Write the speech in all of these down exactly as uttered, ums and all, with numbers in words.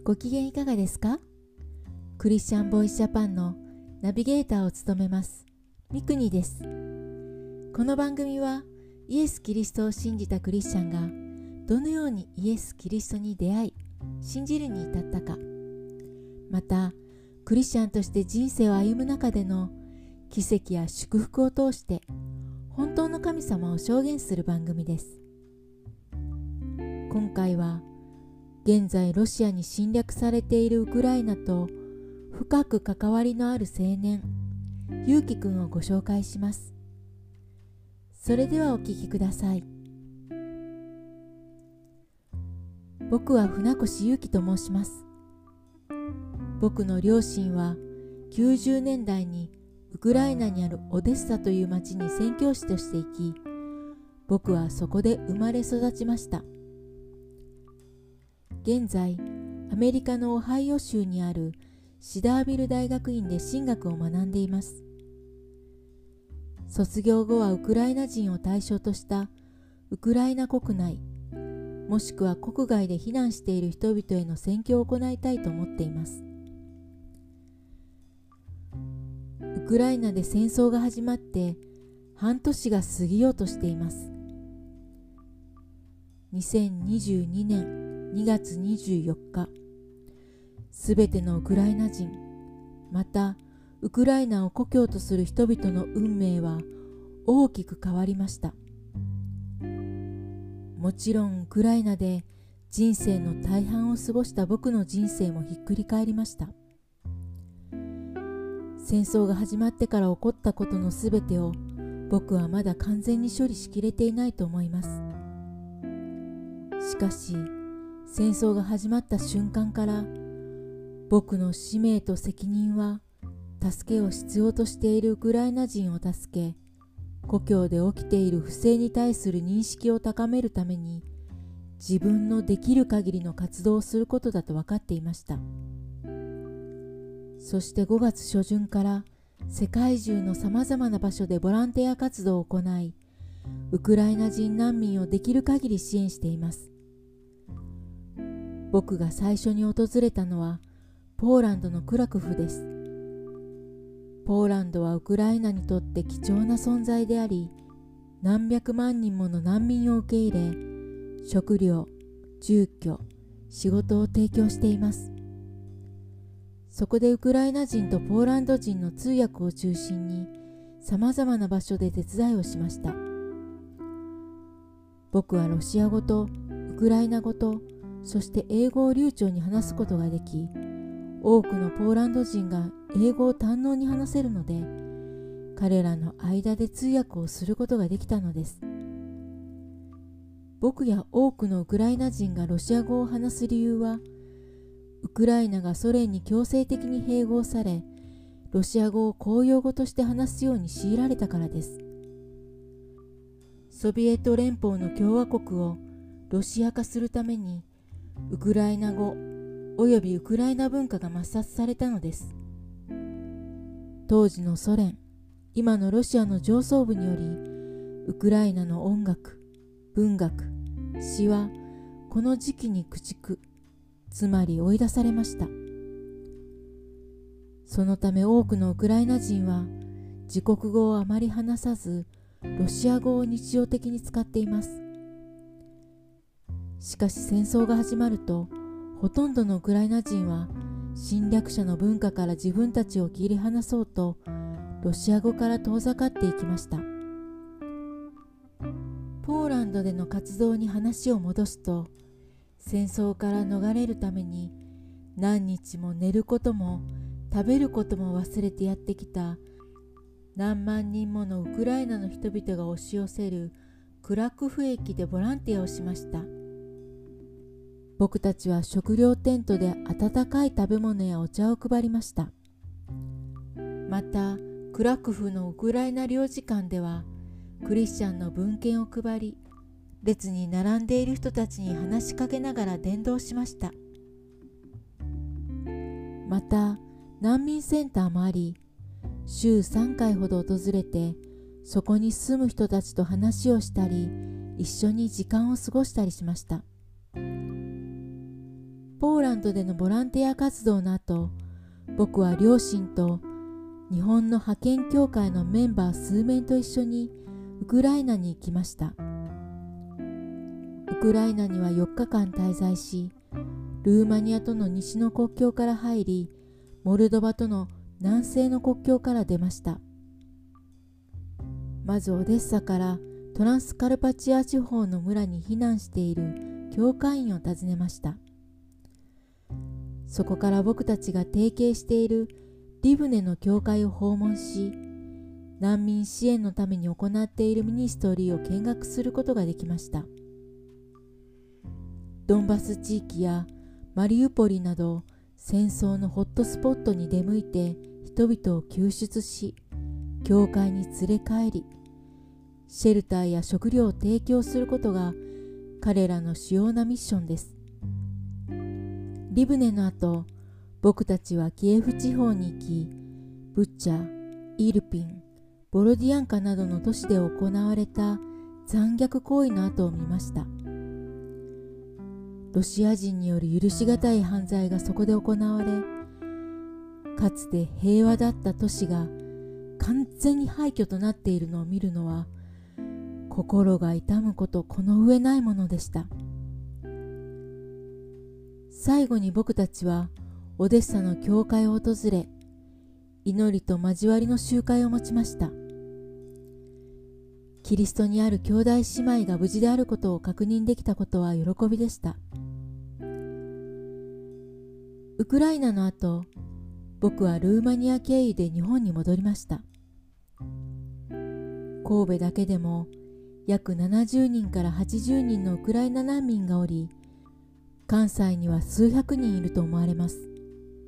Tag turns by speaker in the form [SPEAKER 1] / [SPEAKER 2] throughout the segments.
[SPEAKER 1] ご機嫌いかがですか？クリスチャンボイスジャパンのナビゲーターを務めますミクニです。この番組はイエス・キリストを信じたクリスチャンがどのようにイエス・キリストに出会い信じるに至ったか、またクリスチャンとして人生を歩む中での奇跡や祝福を通して本当の神様を証言する番組です。今回は現在ロシアに侵略されているウクライナと深く関わりのある青年ユウキくんをご紹介します。それではお聞きください。僕は船越ユウキと申します。僕の両親はきゅうじゅうねんだいにウクライナにあるオデッサという町に宣教師として行き、僕はそこで生まれ育ちました。現在、アメリカのオハイオ州にあるシダービル大学院で神学を学んでいます。卒業後はウクライナ人を対象としたウクライナ国内、もしくは国外で避難している人々への宣教を行いたいと思っています。ウクライナで戦争が始まって半年が過ぎようとしています。にせんにじゅうにねんにがつにじゅうよっか、すべてのウクライナ人、またウクライナを故郷とする人々の運命は大きく変わりました。もちろんウクライナで人生の大半を過ごした僕の人生もひっくり返りました。戦争が始まってから起こったことのすべてを僕はまだ完全に処理しきれていないと思います。しかし戦争が始まった瞬間から僕の使命と責任は助けを必要としているウクライナ人を助け、故郷で起きている不正に対する認識を高めるために自分のできる限りの活動をすることだと分かっていました。そしてごがつしょじゅんから世界中のさまざまな場所でボランティア活動を行い、ウクライナ人難民をできる限り支援しています。僕が最初に訪れたのはポーランドのクラクフです。ポーランドはウクライナにとって貴重な存在であり、何百万人もの難民を受け入れ、食料、住居、仕事を提供しています。そこでウクライナ人とポーランド人の通訳を中心にさまざまな場所で手伝いをしました。僕はロシア語とウクライナ語とそして英語を流暢に話すことができ、多くのポーランド人が英語を堪能に話せるので、彼らの間で通訳をすることができたのです。僕や多くのウクライナ人がロシア語を話す理由は、ウクライナがソ連に強制的に併合され、ロシア語を公用語として話すように強いられたからです。ソビエト連邦の共和国をロシア化するために、ウクライナ語およびウクライナ文化が抹殺されたのです。当時のソ連、今のロシアの上層部により、ウクライナの音楽、文学、詩はこの時期に駆逐、つまり追い出されました。そのため多くのウクライナ人は自国語をあまり話さず、ロシア語を日常的に使っています。しかし戦争が始まると、ほとんどのウクライナ人は侵略者の文化から自分たちを切り離そうと、ロシア語から遠ざかっていきました。ポーランドでの活動に話を戻すと、戦争から逃れるために何日も寝ることも食べることも忘れてやってきた何万人ものウクライナの人々が押し寄せるクラクフ駅でボランティアをしました。僕たちは食料テントで温かい食べ物やお茶を配りました。またクラクフのウクライナ領事館ではクリスチャンの文献を配り、列に並んでいる人たちに話しかけながら伝道しました。また難民センターもあり、週さんかいほど訪れて、そこに住む人たちと話をしたり、一緒に時間を過ごしたりしました。 ポーランドでのボランティア活動の後、僕は両親と日本の派遣協会のメンバー数名と一緒にウクライナに行きました。ウクライナにはよっかかん滞在し、ルーマニアとの西の国境から入り、モルドバとの南西の国境から出ました。まずオデッサからトランスカルパチア地方の村に避難している教会員を訪ねました。そこから僕たちが提携しているリブネの教会を訪問し、難民支援のために行っているミニストリーを見学することができました。ドンバス地域やマリウポリなど戦争のホットスポットに出向いて人々を救出し、教会に連れ帰り、シェルターや食料を提供することが彼らの主要なミッションです。リブネの後、僕たちはキエフ地方に行き、ブッチャ、イルピン、ボロディアンカなどの都市で行われた残虐行為の後を見ました。ロシア人による許し難い犯罪がそこで行われ、かつて平和だった都市が完全に廃墟となっているのを見るのは、心が痛むことこの上ないものでした。最後に僕たちはオデッサの教会を訪れ、祈りと交わりの集会を持ちました。キリストにある兄弟姉妹が無事であることを確認できたことは喜びでした。ウクライナの後、僕はルーマニア経由で日本に戻りました。神戸だけでも約ななじゅうにんからはちじゅうにんのウクライナ難民がおり、関西には数百人いると思われます。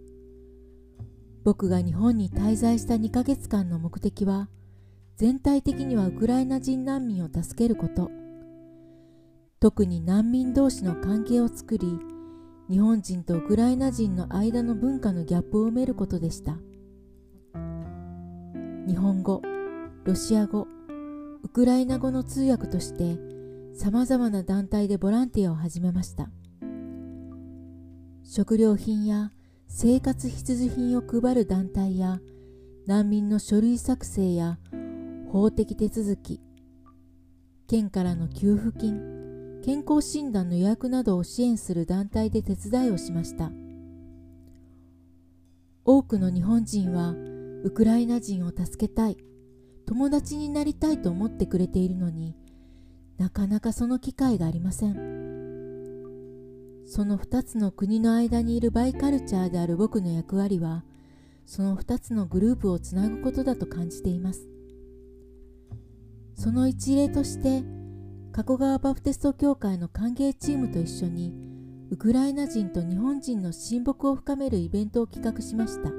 [SPEAKER 1] 僕が日本に滞在したにかげつかんの目的は、全体的にはウクライナ人難民を助けること、特に難民同士の関係を作り、日本人とウクライナ人の間の文化のギャップを埋めることでした。日本語、ロシア語、ウクライナ語の通訳として、さまざまな団体でボランティアを始めました。食料品や生活必需品を配る団体や、難民の書類作成や法的手続き、県からの給付金、健康診断の予約などを支援する団体で手伝いをしました。多くの日本人はウクライナ人を助けたい、友達になりたいと思ってくれているのに、なかなかその機会がありません。その二つの国の間にいるバイカルチャーである僕の役割は、その二つのグループをつなぐことだと感じています。その一例として、加古川バプテスト教会の歓迎チームと一緒に、ウクライナ人と日本人の親睦を深めるイベントを企画しました。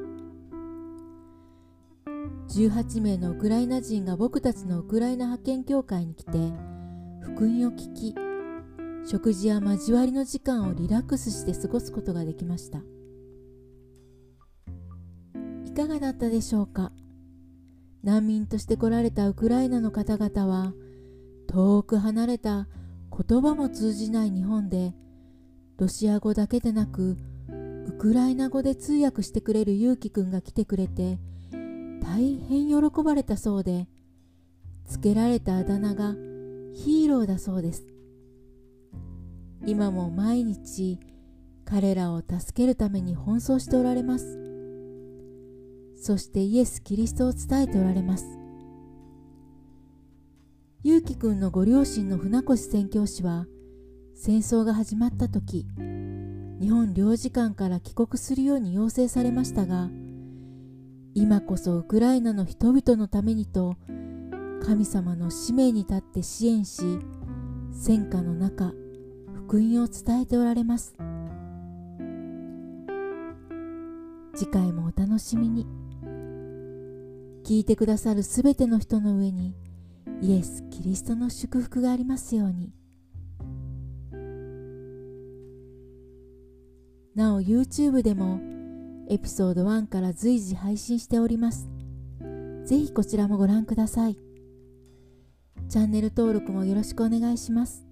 [SPEAKER 1] じゅうはちめいのウクライナ人が僕たちのウクライナ派遣教会に来て、福音を聞き、食事や交わりの時間をリラックスして過ごすことができました。いかがだったでしょうか。難民として来られたウクライナの方々は、遠く離れた言葉も通じない日本で、ロシア語だけでなく、ウクライナ語で通訳してくれるゆうきくんが来てくれて、大変喜ばれたそうで、つけられたあだ名がヒーローだそうです。今も毎日彼らを助けるために奔走しておられます。そしてイエス・キリストを伝えておられます。ゆうきくんのご両親の船越宣教師は、戦争が始まった時、日本領事館から帰国するように要請されましたが、今こそウクライナの人々のためにと、神様の使命に立って支援し、戦火の中、福音を伝えておられます。次回もお楽しみに。聞いてくださるすべての人の上に、イエス・キリストの祝福がありますように。なお YouTube でもエピソードワンから随時配信しております。ぜひこちらもご覧ください。チャンネル登録もよろしくお願いします。